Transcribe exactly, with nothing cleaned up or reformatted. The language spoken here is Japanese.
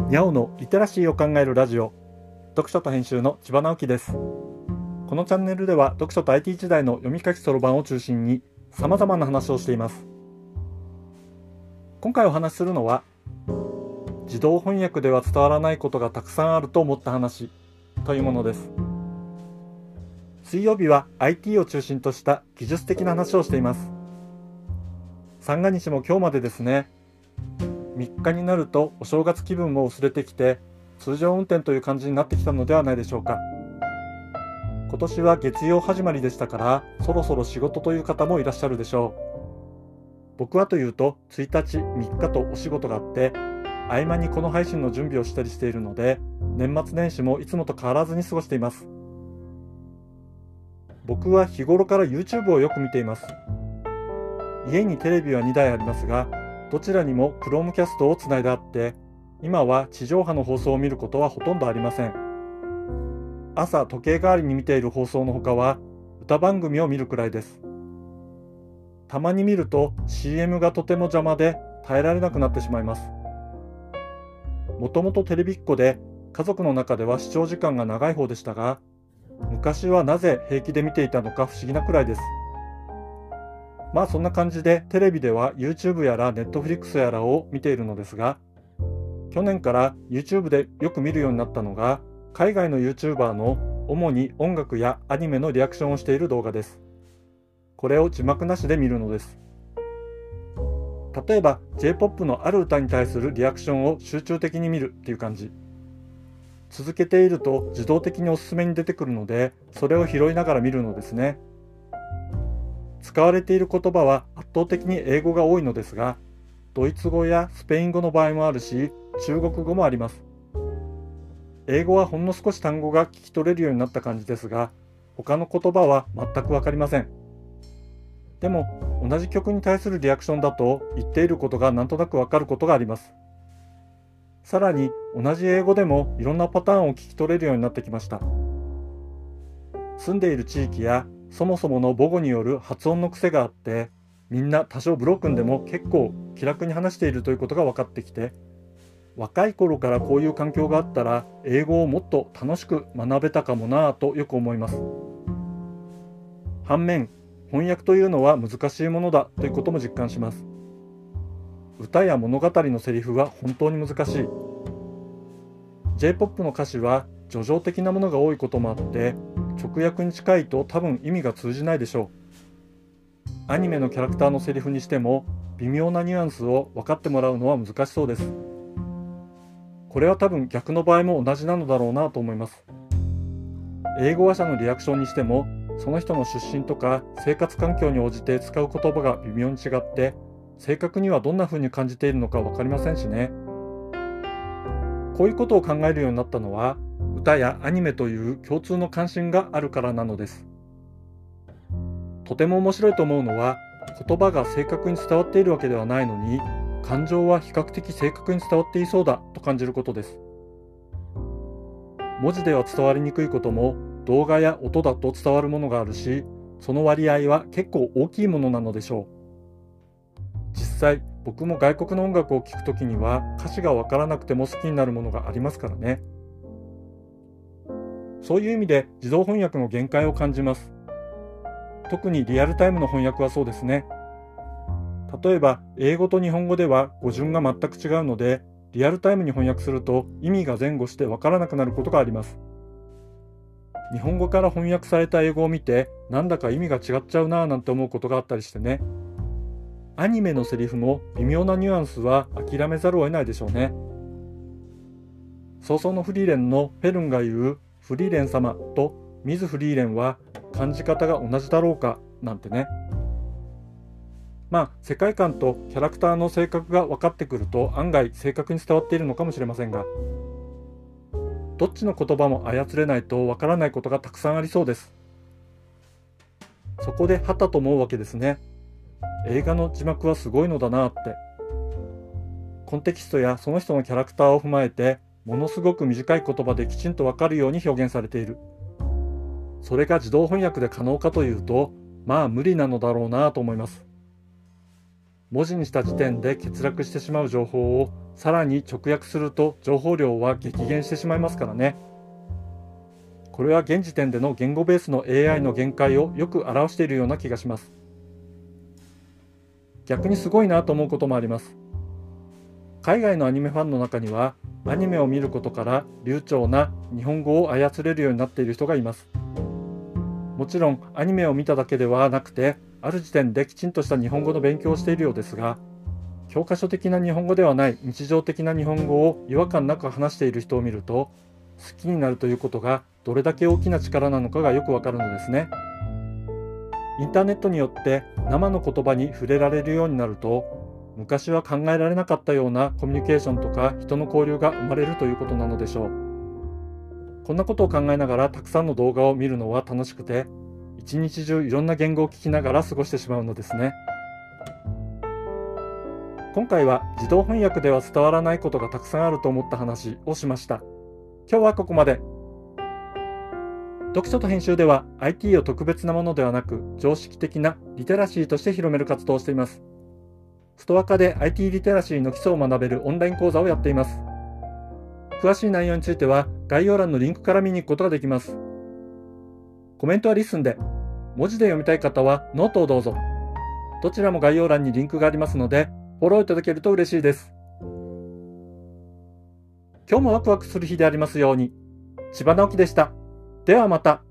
にゃおのリテラシーを考えるラジオ、読書と編集の千葉直樹です。このチャンネルでは読書と アイティー 時代の読み書きそろばんを中心に様々な話をしています。今回お話しするのは、自動翻訳では伝わらないことがたくさんあると思った話というものです。水曜日は アイティー を中心とした技術的な話をしています。三が日も今日までですね。みっかになるとお正月気分も薄れてきて、通常運転という感じになってきたのではないでしょうか。今年は月曜始まりでしたから、そろそろ仕事という方もいらっしゃるでしょう。僕はというと、ついたち、みっかとお仕事があって、合間にこの配信の準備をしたりしているので、年末年始もいつもと変わらずに過ごしています。僕は日頃から YouTube をよく見ています。家にテレビはにだいありますが、どちらにも Chromecast をつないであって、今は地上波の放送を見ることはほとんどありません。朝時計代わりに見ている放送のほかは歌番組を見るくらいです。たまに見ると シーエム がとても邪魔で耐えられなくなってしまいます。もともとテレビっ子で家族の中では視聴時間が長い方でしたが、昔はなぜ平気で見ていたのか不思議なくらいです。まあそんな感じでテレビでは YouTube やら Netflix やらを見ているのですが、去年から YouTube でよく見るようになったのが、海外の YouTuber の主に音楽やアニメのリアクションをしている動画です。これを字幕なしで見るのです。例えば J-ポップ のある歌に対するリアクションを集中的に見るっていう感じ。続けていると自動的におすすめに出てくるので、それを拾いながら見るのですね。使われている言葉は圧倒的に英語が多いのですが、ドイツ語やスペイン語の場合もあるし、中国語もあります。英語はほんの少し単語が聞き取れるようになった感じですが、他の言葉は全くわかりません。でも、同じ曲に対するリアクションだと言っていることがなんとなくわかることがあります。さらに、同じ英語でもいろんなパターンを聞き取れるようになってきました。住んでいる地域やそもそもの母語による発音の癖があって、みんな多少ブロークンでも結構気楽に話しているということが分かってきて、若い頃からこういう環境があったら英語をもっと楽しく学べたかもなぁとよく思います。反面、翻訳というのは難しいものだということも実感します。歌や物語のセリフは本当に難しい。J-ポップ の歌詞は叙情的なものが多いこともあって、直訳に近いと多分意味が通じないでしょう。アニメのキャラクターのセリフにしても微妙なニュアンスを分かってもらうのは難しそうです。これは多分逆の場合も同じなのだろうなと思います。英語話者のリアクションにしても、その人の出身とか生活環境に応じて使う言葉が微妙に違って、正確にはどんな風に感じているのか分かりませんしね。こういうことを考えるようになったのは、歌やアニメという共通の関心があるからなのです。とても面白いと思うのは、言葉が正確に伝わっているわけではないのに、感情は比較的正確に伝わっていそうだと感じることです。文字では伝わりにくいことも動画や音だと伝わるものがあるし、その割合は結構大きいものなのでしょう。実際、僕も外国の音楽を聴くときには歌詞がわからなくても好きになるものがありますからね。そういう意味で自動翻訳の限界を感じます。特にリアルタイムの翻訳はそうですね。例えば英語と日本語では語順が全く違うので、リアルタイムに翻訳すると意味が前後してわからなくなることがあります。日本語から翻訳された英語を見て、なんだか意味が違っちゃうなぁなんて思うことがあったりしてね。アニメのセリフも微妙なニュアンスは諦めざるを得ないでしょうね。早々のフリーレンのペルンが言うフリーレン様とミズフリーレンは感じ方が同じだろうかなんてね。まあ世界観とキャラクターの性格が分かってくると案外正確に伝わっているのかもしれませんが、どっちの言葉も操れないと分からないことがたくさんありそうです。そこではたと思うわけですね。映画の字幕はすごいのだなって。コンテキストやその人のキャラクターを踏まえて、ものすごく短い言葉できちんと分かるように表現されている。それが自動翻訳で可能かというと、まあ無理なのだろうなと思います。 文字にした時点で欠落してしまう情報をさらに直訳すると情報量は激減してしまいますからね。これは現時点での言語ベースの エーアイ の限界をよく表しているような気がします。逆にすごいなと思うこともあります。海外のアニメファンの中には、アニメを見ることから流暢な日本語を操れるようになっている人がいます。もちろんアニメを見ただけではなくて、ある時点できちんとした日本語の勉強をしているようですが、教科書的な日本語ではない日常的な日本語を違和感なく話している人を見ると、好きになるということがどれだけ大きな力なのかがよくわかるのですね。インターネットによって生の言葉に触れられるようになると、昔は考えられなかったようなコミュニケーションとか人の交流が生まれるということなのでしょう。こんなことを考えながらたくさんの動画を見るのは楽しくて、一日中いろんな言語を聞きながら過ごしてしまうのですね。今回は自動翻訳では伝わらないことがたくさんあると思った話をしました。今日はここまで。読書と編集では アイティー を特別なものではなく常識的なリテラシーとして広める活動をしています。ストア化で アイティー リテラシーの基礎を学べるオンライン講座をやっています。詳しい内容については概要欄のリンクから見に行くことができます。コメントはリスンで、文字で読みたい方はノートをどうぞ。どちらも概要欄にリンクがありますので、フォローいただけると嬉しいです。今日もワクワクする日でありますように。千葉直樹でした。ではまた。